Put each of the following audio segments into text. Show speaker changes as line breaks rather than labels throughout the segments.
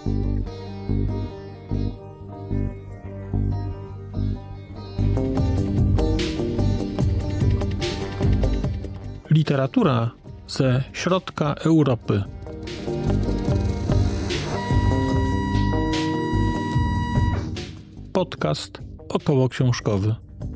Literatura ze środka Europy. Podcast okołoksiążkowy.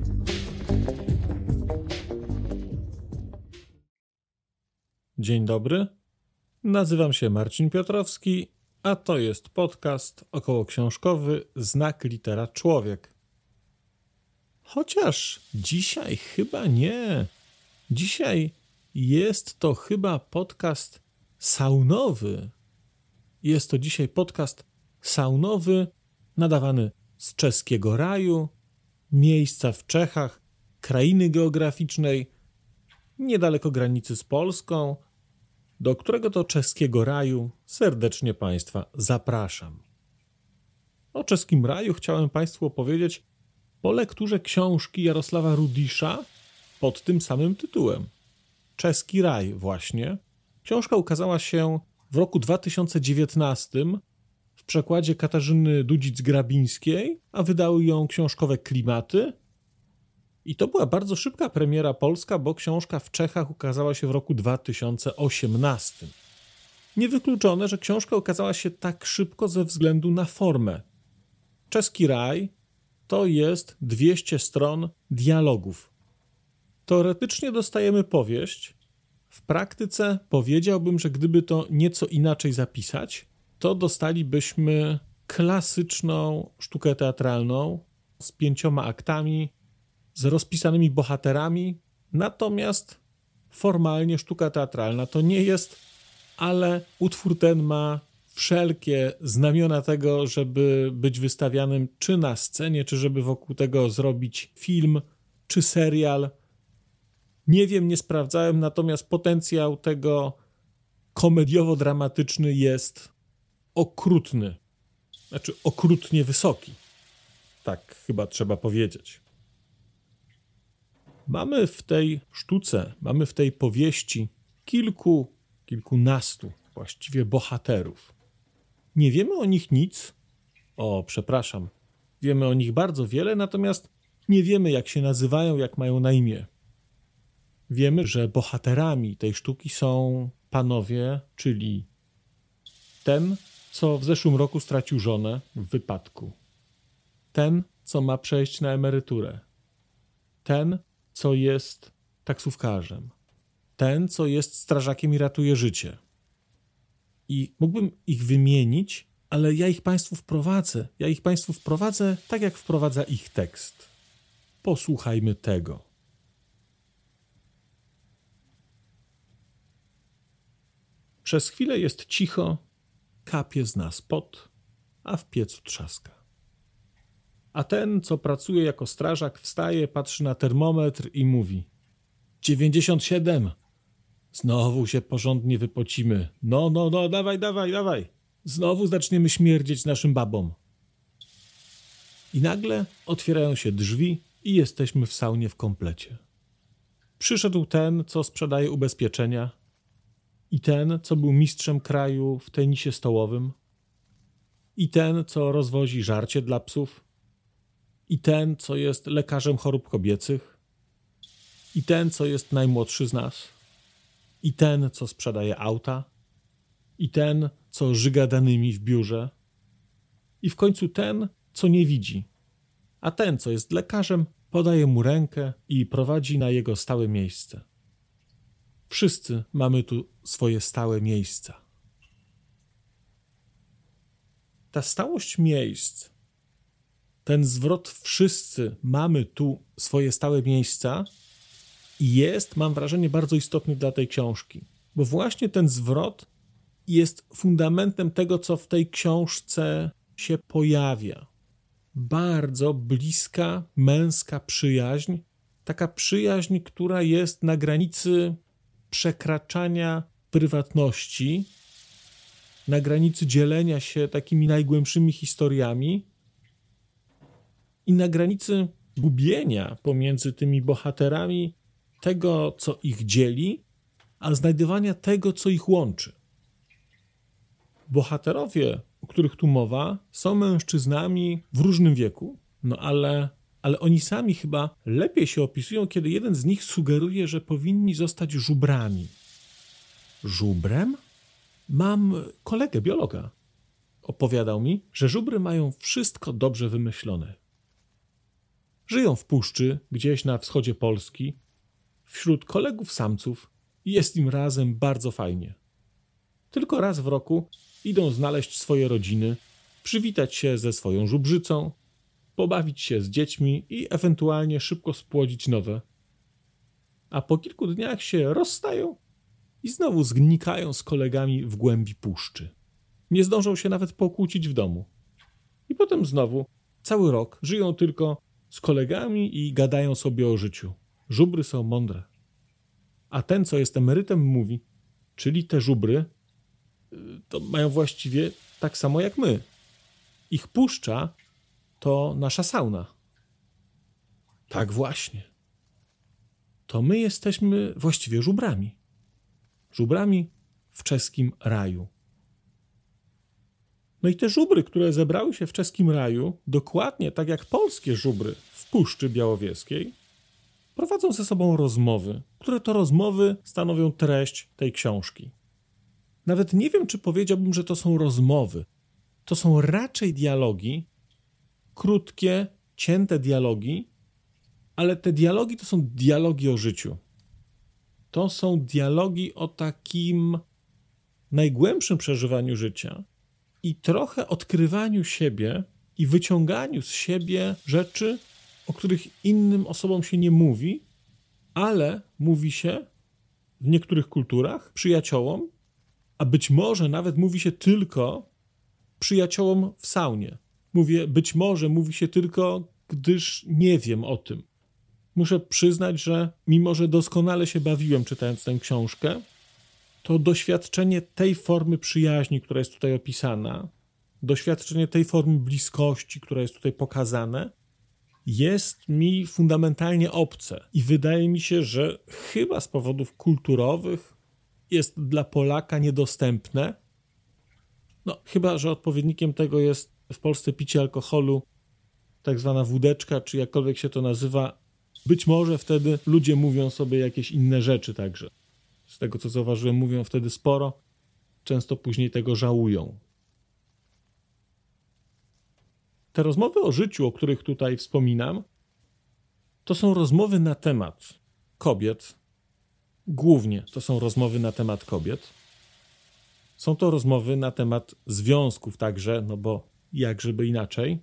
Dzień dobry, nazywam się Marcin Piotrowski, a to jest podcast okołoksiążkowy Znak litera człowiek. Chociaż dzisiaj chyba nie. Dzisiaj jest to chyba podcast saunowy. Jest to dzisiaj podcast saunowy nadawany z czeskiego raju, miejsca w Czechach, krainy geograficznej, niedaleko granicy z Polską, do którego to czeskiego raju serdecznie Państwa zapraszam. O czeskim raju chciałem Państwu opowiedzieć po lekturze książki Jarosława Rudisza pod tym samym tytułem. Czeski raj właśnie. Książka ukazała się w roku 2019 w przekładzie Katarzyny Dudzic-Grabińskiej, a wydały ją książkowe Klimaty. I to była bardzo szybka premiera polska, bo książka w Czechach ukazała się w roku 2018. Niewykluczone, że książka ukazała się tak szybko ze względu na formę. Czeski raj to jest 200 stron dialogów. Teoretycznie dostajemy powieść. W praktyce powiedziałbym, że gdyby to nieco inaczej zapisać, to dostalibyśmy klasyczną sztukę teatralną z 5 aktami, z rozpisanymi bohaterami. Natomiast formalnie sztuka teatralna to nie jest, ale utwór ten ma wszelkie znamiona tego, żeby być wystawianym czy na scenie, czy żeby wokół tego zrobić film, czy serial. Nie wiem, nie sprawdzałem, natomiast potencjał tego komediowo-dramatyczny jest okrutny. Znaczy okrutnie wysoki. Tak chyba trzeba powiedzieć. Mamy w tej sztuce, mamy w tej powieści kilkunastu właściwie bohaterów. Nie wiemy o nich nic. Wiemy o nich bardzo wiele, natomiast nie wiemy, jak się nazywają, jak mają na imię. Wiemy, że bohaterami tej sztuki są panowie, czyli ten, co w zeszłym roku stracił żonę w wypadku. Ten, co ma przejść na emeryturę. Ten, co jest taksówkarzem. Ten, co jest strażakiem i ratuje życie. I mógłbym ich wymienić, ale ja ich Państwu wprowadzę tak, jak wprowadza ich tekst. Posłuchajmy tego. Przez chwilę jest cicho, kapie z nas pot, a w piecu trzaska. A ten, co pracuje jako strażak, wstaje, patrzy na termometr i mówi: 97. Znowu się porządnie wypocimy. No, dawaj. Znowu zaczniemy śmierdzieć naszym babom. I nagle otwierają się drzwi i jesteśmy w saunie w komplecie. Przyszedł ten, co sprzedaje ubezpieczenia, i ten, co był mistrzem kraju w tenisie stołowym, i ten, co rozwozi żarcie dla psów, i ten, co jest lekarzem chorób kobiecych, i ten, co jest najmłodszy z nas, i ten, co sprzedaje auta, i ten, co żyga danymi w biurze, i w końcu ten, co nie widzi, a ten, co jest lekarzem, podaje mu rękę i prowadzi na jego stałe miejsce. Wszyscy mamy tu swoje stałe miejsca. Ta stałość miejsc, ten zwrot wszyscy mamy tu swoje stałe miejsca jest, mam wrażenie, bardzo istotny dla tej książki. Bo właśnie ten zwrot jest fundamentem tego, co w tej książce się pojawia. Bardzo bliska, męska przyjaźń. Taka przyjaźń, która jest na granicy przekraczania prywatności, na granicy dzielenia się takimi najgłębszymi historiami i na granicy gubienia pomiędzy tymi bohaterami tego, co ich dzieli, a znajdywania tego, co ich łączy. Bohaterowie, o których tu mowa, są mężczyznami w różnym wieku, no ale oni sami chyba lepiej się opisują, kiedy jeden z nich sugeruje, że powinni zostać żubrami. Żubrem? Mam kolegę biologa. Opowiadał mi, że żubry mają wszystko dobrze wymyślone. Żyją w puszczy, gdzieś na wschodzie Polski, wśród kolegów samców i jest im razem bardzo fajnie. Tylko raz w roku idą znaleźć swoje rodziny, przywitać się ze swoją żubrzycą, pobawić się z dziećmi i ewentualnie szybko spłodzić nowe. A po kilku dniach się rozstają i znowu zgnikają z kolegami w głębi puszczy. Nie zdążą się nawet pokłócić w domu. I potem znowu cały rok żyją tylko z kolegami i gadają sobie o życiu. Żubry są mądre. A ten, co jest emerytem, mówi, czyli te żubry to mają właściwie tak samo jak my. Ich puszcza to nasza sauna. Tak właśnie. To my jesteśmy właściwie żubrami. Żubrami w czeskim raju. No i te żubry, które zebrały się w czeskim raju, dokładnie tak jak polskie żubry w Puszczy Białowieskiej, prowadzą ze sobą rozmowy, które to rozmowy stanowią treść tej książki. Nawet nie wiem, czy powiedziałbym, że to są rozmowy. To są raczej dialogi, krótkie, cięte dialogi, ale te dialogi to są dialogi o życiu. To są dialogi o takim najgłębszym przeżywaniu życia i trochę odkrywaniu siebie i wyciąganiu z siebie rzeczy, o których innym osobom się nie mówi, ale mówi się w niektórych kulturach przyjaciołom, a być może nawet mówi się tylko przyjaciołom w saunie. Mówię, być może mówi się tylko, gdyż nie wiem o tym. Muszę przyznać, że mimo, że doskonale się bawiłem czytając tę książkę, to doświadczenie tej formy przyjaźni, która jest tutaj opisana, doświadczenie tej formy bliskości, która jest tutaj pokazane, jest mi fundamentalnie obce. I wydaje mi się, że chyba z powodów kulturowych jest dla Polaka niedostępne. No, chyba że odpowiednikiem tego jest w Polsce picie alkoholu, tak zwana wódeczka, czy jakkolwiek się to nazywa. Być może wtedy ludzie mówią sobie jakieś inne rzeczy także. Z tego, co zauważyłem, mówią wtedy sporo. Często później tego żałują. Te rozmowy o życiu, o których tutaj wspominam, to są rozmowy na temat kobiet. Głównie to są rozmowy na temat kobiet. Są to rozmowy na temat związków także, no bo jakżeby inaczej.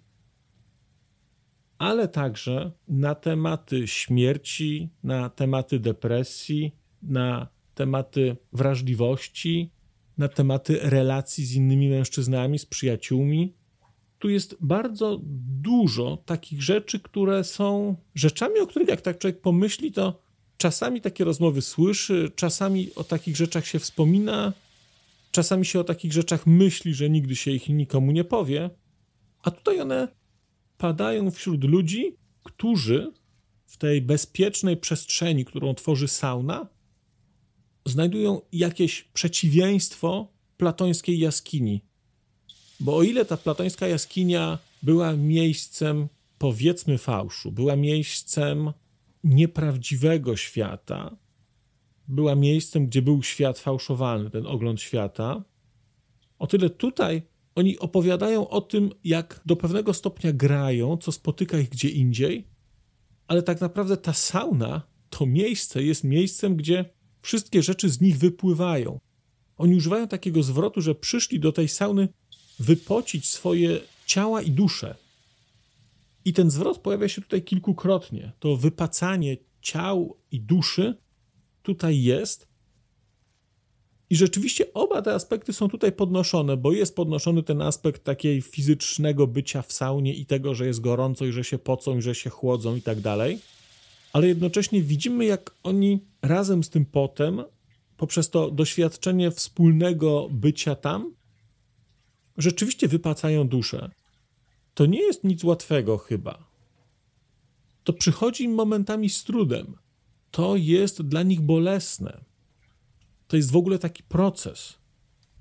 Ale także na tematy śmierci, na tematy depresji, na tematy wrażliwości, na tematy relacji z innymi mężczyznami, z przyjaciółmi. Tu jest bardzo dużo takich rzeczy, które są rzeczami, o których jak tak człowiek pomyśli, to czasami takie rozmowy słyszy, czasami o takich rzeczach się wspomina, czasami się o takich rzeczach myśli, że nigdy się ich nikomu nie powie, a tutaj one padają wśród ludzi, którzy w tej bezpiecznej przestrzeni, którą tworzy sauna, znajdują jakieś przeciwieństwo platońskiej jaskini. Bo o ile ta platońska jaskinia była miejscem, powiedzmy, fałszu, była miejscem nieprawdziwego świata, była miejscem, gdzie był świat fałszowany, ten ogląd świata, o tyle tutaj oni opowiadają o tym, jak do pewnego stopnia grają, co spotyka ich gdzie indziej, ale tak naprawdę ta sauna, to miejsce jest miejscem, gdzie wszystkie rzeczy z nich wypływają. Oni używają takiego zwrotu, że przyszli do tej sauny wypocić swoje ciała i dusze. I ten zwrot pojawia się tutaj kilkukrotnie. To wypacanie ciał i duszy tutaj jest. I rzeczywiście oba te aspekty są tutaj podnoszone, bo jest podnoszony ten aspekt takiej fizycznego bycia w saunie i tego, że jest gorąco i że się pocą i że się chłodzą i tak dalej. Ale jednocześnie widzimy, jak oni razem z tym potem, poprzez to doświadczenie wspólnego bycia tam, rzeczywiście wypacają duszę. To nie jest nic łatwego chyba. To przychodzi im momentami z trudem. To jest dla nich bolesne. To jest w ogóle taki proces.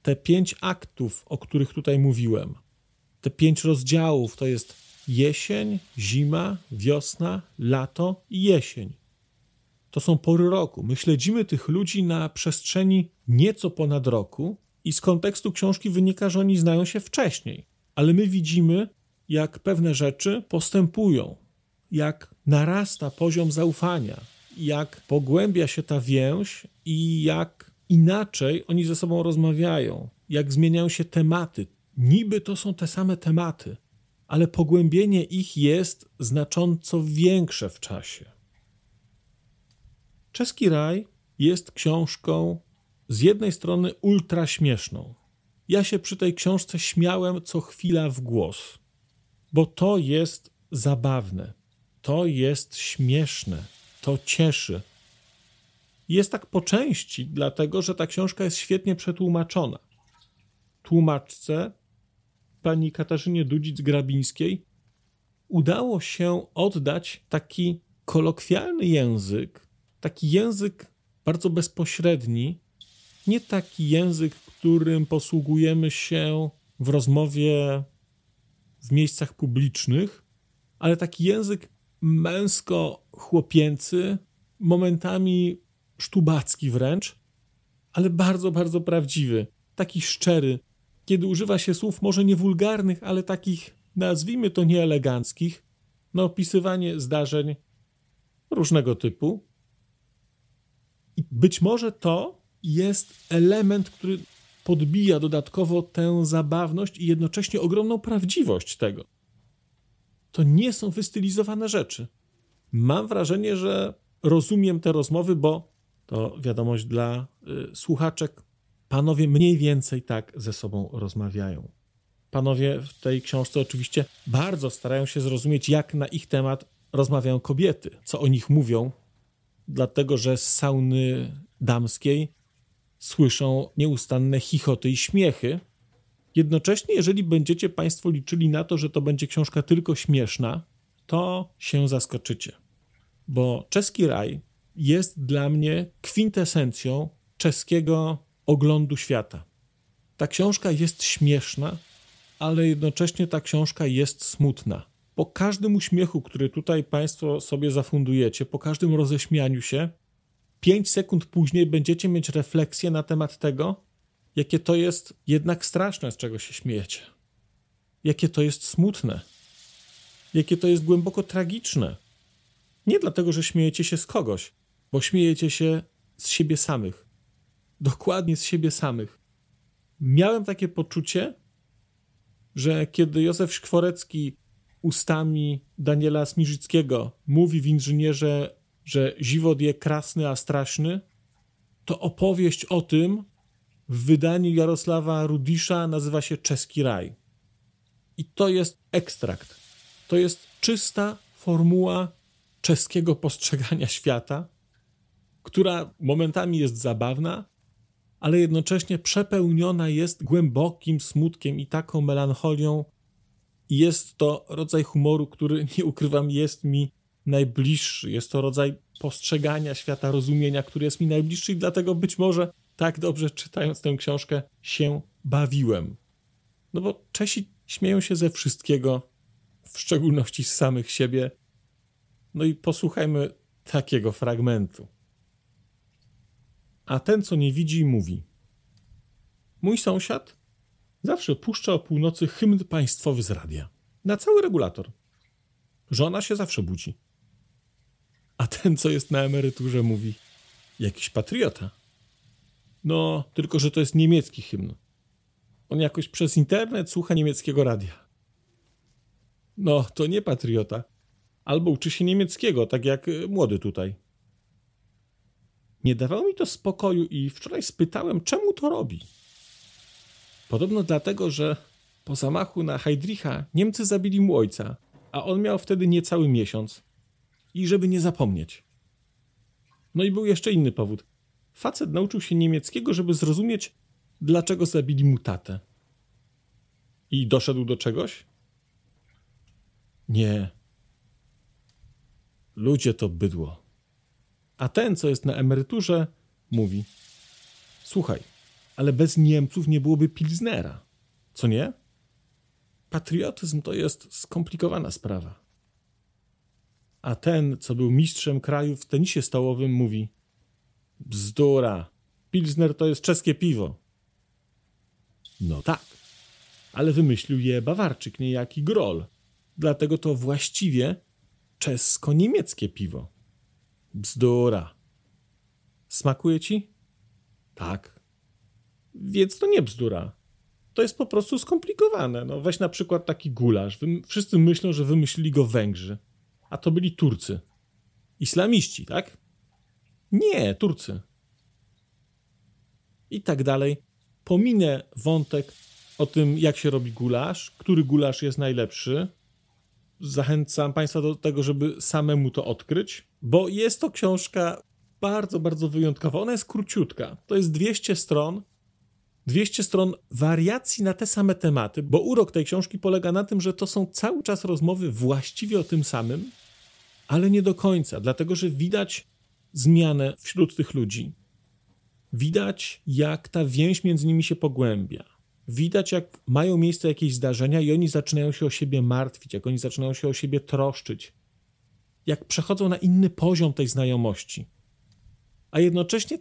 te 5 aktów, o których tutaj mówiłem, te 5 rozdziałów to jest jesień, zima, wiosna, lato i jesień. To są pory roku. My śledzimy tych ludzi na przestrzeni nieco ponad roku i z kontekstu książki wynika, że oni znają się wcześniej. Ale my widzimy, jak pewne rzeczy postępują, jak narasta poziom zaufania, jak pogłębia się ta więź i jak inaczej oni ze sobą rozmawiają, jak zmieniają się tematy. Niby to są te same tematy, ale pogłębienie ich jest znacząco większe w czasie. Czeski Raj jest książką z jednej strony ultra śmieszną. Ja się przy tej książce śmiałem co chwila w głos, bo to jest zabawne, to jest śmieszne, to cieszy. Jest tak po części, dlatego że ta książka jest świetnie przetłumaczona. Tłumaczce, pani Katarzynie Dudzic-Grabińskiej, udało się oddać taki kolokwialny język, taki język bardzo bezpośredni, nie taki język, którym posługujemy się w rozmowie w miejscach publicznych, ale taki język męsko-chłopięcy, momentami sztubacki wręcz, ale bardzo, bardzo prawdziwy, taki szczery, kiedy używa się słów może nie wulgarnych, ale takich, nazwijmy to nieeleganckich, na opisywanie zdarzeń różnego typu. I być może to jest element, który podbija dodatkowo tę zabawność i jednocześnie ogromną prawdziwość tego. To nie są wystylizowane rzeczy. Mam wrażenie, że rozumiem te rozmowy, bo to wiadomość dla słuchaczek. Panowie mniej więcej tak ze sobą rozmawiają. Panowie w tej książce oczywiście bardzo starają się zrozumieć, jak na ich temat rozmawiają kobiety, co o nich mówią, dlatego że z sauny damskiej słyszą nieustanne chichoty i śmiechy. Jednocześnie, jeżeli będziecie państwo liczyli na to, że to będzie książka tylko śmieszna, to się zaskoczycie. Bo Czeski Raj jest dla mnie kwintesencją czeskiego oglądu świata. Ta książka jest śmieszna, ale jednocześnie ta książka jest smutna. Po każdym uśmiechu, który tutaj państwo sobie zafundujecie, po każdym roześmianiu się, 5 sekund później będziecie mieć refleksję na temat tego, jakie to jest jednak straszne, z czego się śmiejecie. Jakie to jest smutne. Jakie to jest głęboko tragiczne. Nie dlatego, że śmiejecie się z kogoś, bo śmiejecie się z siebie samych. Dokładnie z siebie samych. Miałem takie poczucie, że kiedy Józef Szkworecki ustami Daniela Smirzyckiego mówi w Inżynierze, że żywot je krasny, a straszny, to opowieść o tym w wydaniu Jarosława Rudisza nazywa się Czeski Raj. I to jest ekstrakt. To jest czysta formuła czeskiego postrzegania świata, która momentami jest zabawna, ale jednocześnie przepełniona jest głębokim smutkiem i taką melancholią. I jest to rodzaj humoru, który, nie ukrywam, jest mi najbliższy. Jest to rodzaj postrzegania świata, rozumienia, który jest mi najbliższy i dlatego być może tak dobrze czytając tę książkę się bawiłem. No bo Czesi śmieją się ze wszystkiego, w szczególności z samych siebie. No i posłuchajmy takiego fragmentu. A ten, co nie widzi, mówi: mój sąsiad zawsze puszcza o północy hymn państwowy z radia. Na cały regulator. Żona się zawsze budzi. A ten, co jest na emeryturze, mówi: jakiś patriota. No, tylko że to jest niemiecki hymn. On jakoś przez internet słucha niemieckiego radia. No, to nie patriota. Albo uczy się niemieckiego, tak jak młody tutaj. Nie dawało mi to spokoju i wczoraj spytałem, czemu to robi. Podobno dlatego, że po zamachu na Heydricha Niemcy zabili mu ojca, a on miał wtedy niecały miesiąc. I żeby nie zapomnieć. No i był jeszcze inny powód. Facet nauczył się niemieckiego, żeby zrozumieć, dlaczego zabili mu tatę. I doszedł do czegoś? Nie. Ludzie to bydło. A ten, co jest na emeryturze, mówi: słuchaj, ale bez Niemców nie byłoby Pilsnera. Co nie? Patriotyzm to jest skomplikowana sprawa. A ten, co był mistrzem kraju w tenisie stołowym, mówi: bzdura, Pilsner to jest czeskie piwo. No tak, ale wymyślił je Bawarczyk, niejaki Groll. Dlatego to właściwie czesko-niemieckie piwo. Bzdura. Smakuje ci? Tak. Więc to nie bzdura. To jest po prostu skomplikowane. No, weź na przykład taki gulasz. Wszyscy myślą, że wymyślili go Węgrzy. A to byli Turcy. Islamiści, tak? Nie, Turcy. I tak dalej. Pominę wątek o tym, jak się robi gulasz, który gulasz jest najlepszy. Zachęcam Państwa do tego, żeby samemu to odkryć, bo jest to książka bardzo, bardzo wyjątkowa. Ona jest króciutka. To jest 200 stron. 200 stron wariacji na te same tematy, bo urok tej książki polega na tym, że to są cały czas rozmowy właściwie o tym samym, ale nie do końca, dlatego że widać zmianę wśród tych ludzi. Widać, jak ta więź między nimi się pogłębia. Widać, jak mają miejsce jakieś zdarzenia i oni zaczynają się o siebie martwić, jak oni zaczynają się o siebie troszczyć, jak przechodzą na inny poziom tej znajomości. A jednocześnie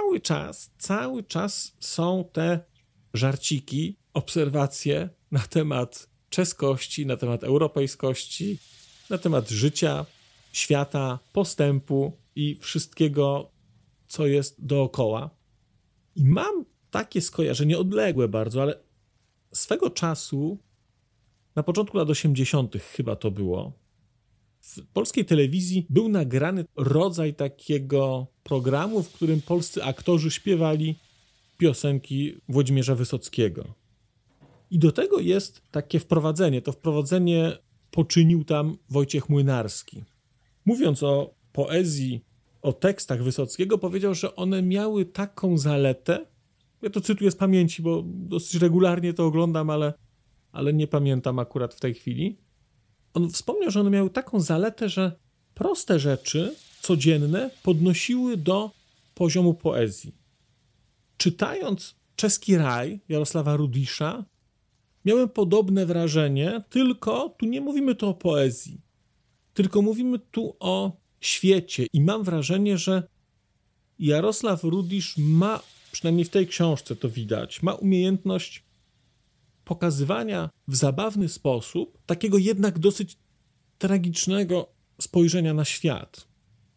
cały czas są te żarciki, obserwacje na temat czeskości, na temat europejskości, na temat życia, świata, postępu i wszystkiego, co jest dookoła. I mam takie skojarzenie odległe bardzo, ale swego czasu, na początku lat 80. chyba to było, w polskiej telewizji był nagrany rodzaj takiego programu, w którym polscy aktorzy śpiewali piosenki Włodzimierza Wysockiego. I do tego jest takie wprowadzenie. To wprowadzenie poczynił tam Wojciech Młynarski. Mówiąc o poezji, o tekstach Wysockiego, powiedział, że one miały taką zaletę, ja to cytuję z pamięci, bo dosyć regularnie to oglądam, ale nie pamiętam akurat w tej chwili. On wspomniał, że one miały taką zaletę, że proste rzeczy codzienne podnosiły do poziomu poezji. Czytając Czeski Raj Jarosława Rudisza, miałem podobne wrażenie, tylko tu nie mówimy tu o poezji, tylko mówimy tu o świecie i mam wrażenie, że Jarosław Rudisz ma, przynajmniej w tej książce to widać, ma umiejętność pokazywania w zabawny sposób takiego jednak dosyć tragicznego spojrzenia na świat.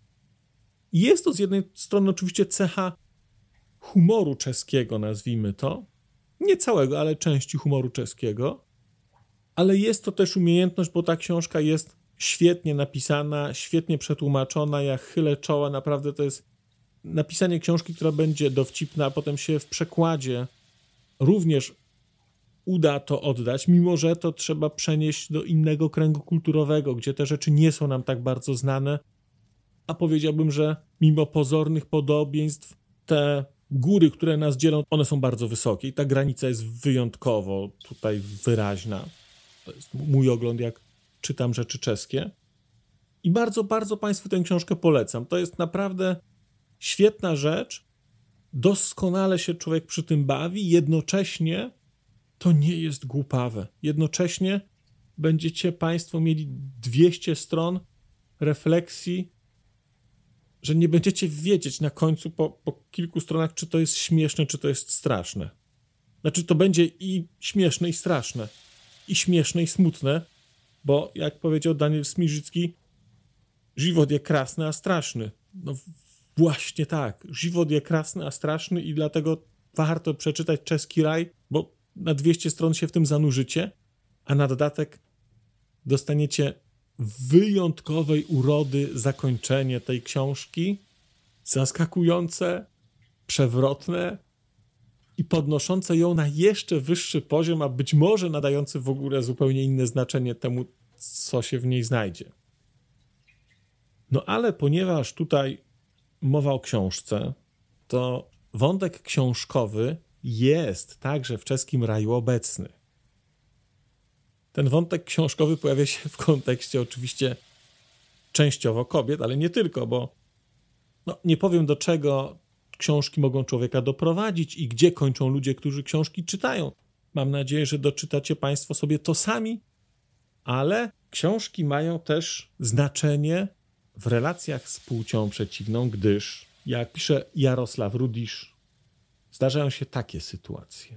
Jest to z jednej strony oczywiście cecha humoru czeskiego, nazwijmy to, nie całego, ale części humoru czeskiego, ale jest to też umiejętność, bo ta książka jest świetnie napisana, świetnie przetłumaczona, ja chylę czoła, naprawdę to jest napisanie książki, która będzie dowcipna, a potem się w przekładzie również uda to oddać, mimo że to trzeba przenieść do innego kręgu kulturowego, gdzie te rzeczy nie są nam tak bardzo znane, a powiedziałbym, że mimo pozornych podobieństw te góry, które nas dzielą, one są bardzo wysokie i ta granica jest wyjątkowo tutaj wyraźna. To jest mój ogląd, jak czytam rzeczy czeskie. I bardzo, bardzo Państwu tę książkę polecam. To jest naprawdę świetna rzecz. Doskonale się człowiek przy tym bawi. Jednocześnie to nie jest głupawe. Jednocześnie będziecie Państwo mieli 200 stron refleksji, że nie będziecie wiedzieć na końcu po kilku stronach, czy to jest śmieszne, czy to jest straszne. Znaczy, to będzie i śmieszne, i straszne. I śmieszne, i smutne, bo jak powiedział Daniel Smirzycki, żywot jest krasny, a straszny. No właśnie tak. Żywot jest krasny, a straszny i dlatego warto przeczytać Czeski Raj, bo na 200 stron się w tym zanurzycie, a na dodatek dostaniecie wyjątkowej urody zakończenie tej książki, zaskakujące, przewrotne i podnoszące ją na jeszcze wyższy poziom, a być może nadający w ogóle zupełnie inne znaczenie temu, co się w niej znajdzie. No ale ponieważ tutaj mowa o książce, to wątek książkowy jest także w Czeskim Raju obecny. Ten wątek książkowy pojawia się w kontekście oczywiście częściowo kobiet, ale nie tylko, bo nie powiem do czego książki mogą człowieka doprowadzić i gdzie kończą ludzie, którzy książki czytają. Mam nadzieję, że doczytacie Państwo sobie to sami, ale książki mają też znaczenie w relacjach z płcią przeciwną, gdyż, jak pisze Jarosław Rudisz, zdarzają się takie sytuacje.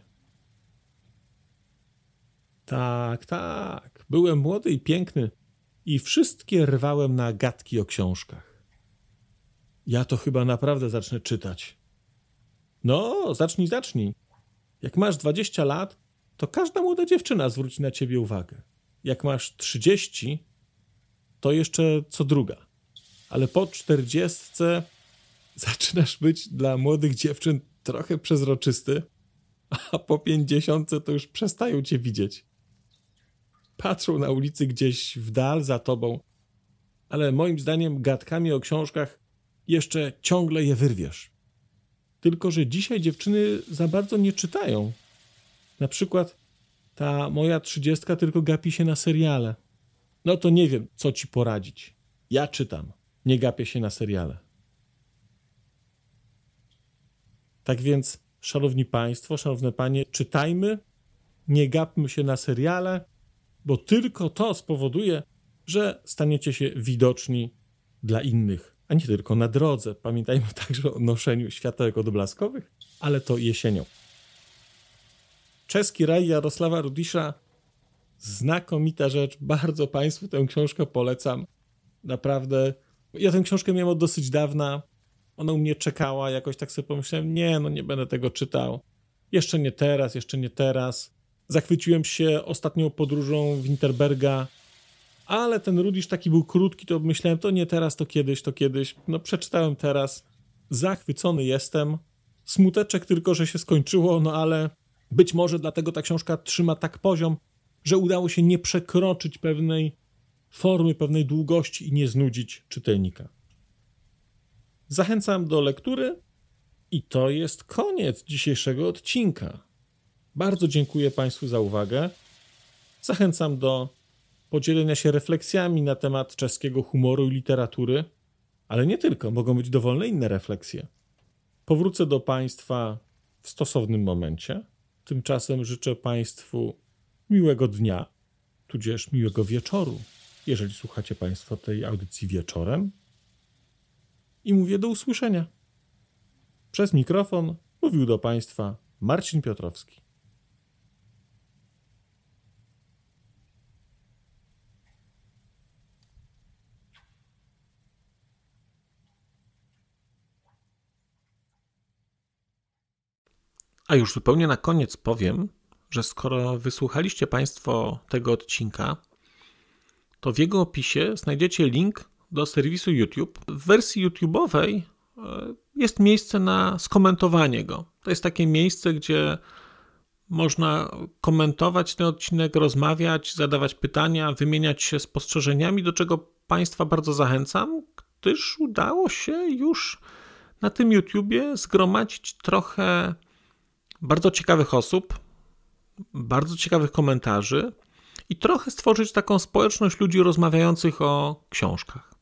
Tak, byłem młody i piękny i wszystkie rwałem na gadki o książkach. Ja to chyba naprawdę zacznę czytać. No, zacznij. Jak masz 20 lat, to każda młoda dziewczyna zwróci na ciebie uwagę. Jak masz 30, to jeszcze co druga. Ale po 40 zaczynasz być dla młodych dziewczyn trochę przezroczysty, a po 50 to już przestają cię widzieć. Patrzą na ulicy gdzieś w dal za tobą, ale moim zdaniem gadkami o książkach jeszcze ciągle je wyrwiesz. Tylko że dzisiaj dziewczyny za bardzo nie czytają. Na przykład ta moja 30 tylko gapi się na seriale. No to nie wiem, co ci poradzić. Ja czytam, nie gapię się na seriale. Tak więc, szanowni państwo, szanowne panie, czytajmy, nie gapmy się na seriale, bo tylko to spowoduje, że staniecie się widoczni dla innych, a nie tylko na drodze. Pamiętajmy także o noszeniu światełek odblaskowych, ale to jesienią. Czeski raj Jarosława Rudisza, znakomita rzecz, bardzo Państwu tę książkę polecam. Naprawdę, ja tę książkę miałem od dosyć dawna, ona u mnie czekała, jakoś tak sobie pomyślałem, nie będę tego czytał. Jeszcze nie teraz. Zachwyciłem się ostatnią podróżą Winterberga, ale ten Rudisz taki był krótki, to myślałem, to nie teraz, to kiedyś. No przeczytałem teraz, zachwycony jestem. Smuteczek tylko, że się skończyło, no ale być może dlatego ta książka trzyma tak poziom, że udało się nie przekroczyć pewnej formy, pewnej długości i nie znudzić czytelnika. Zachęcam do lektury i to jest koniec dzisiejszego odcinka. Bardzo dziękuję Państwu za uwagę. Zachęcam do podzielenia się refleksjami na temat czeskiego humoru i literatury, ale nie tylko, mogą być dowolne inne refleksje. Powrócę do Państwa w stosownym momencie. Tymczasem życzę Państwu miłego dnia, tudzież miłego wieczoru, jeżeli słuchacie Państwo tej audycji wieczorem. I mówię do usłyszenia. Przez mikrofon mówił do Państwa Marcin Piotrowski. A już zupełnie na koniec powiem, że skoro wysłuchaliście Państwo tego odcinka, to w jego opisie znajdziecie link do serwisu YouTube. W wersji YouTube'owej jest miejsce na skomentowanie go. To jest takie miejsce, gdzie można komentować ten odcinek, rozmawiać, zadawać pytania, wymieniać się spostrzeżeniami, do czego Państwa bardzo zachęcam, gdyż udało się już na tym YouTubie zgromadzić trochę bardzo ciekawych osób, bardzo ciekawych komentarzy i trochę stworzyć taką społeczność ludzi rozmawiających o książkach.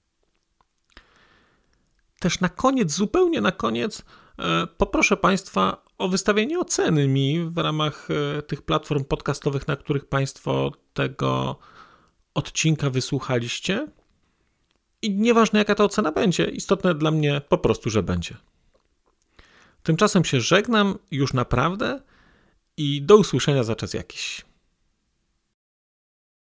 Też na koniec, zupełnie na koniec, poproszę Państwa o wystawienie oceny mi w ramach tych platform podcastowych, na których Państwo tego odcinka wysłuchaliście. I nieważne jaka ta ocena będzie, istotne dla mnie po prostu, że będzie. Tymczasem się żegnam już naprawdę i do usłyszenia za czas jakiś.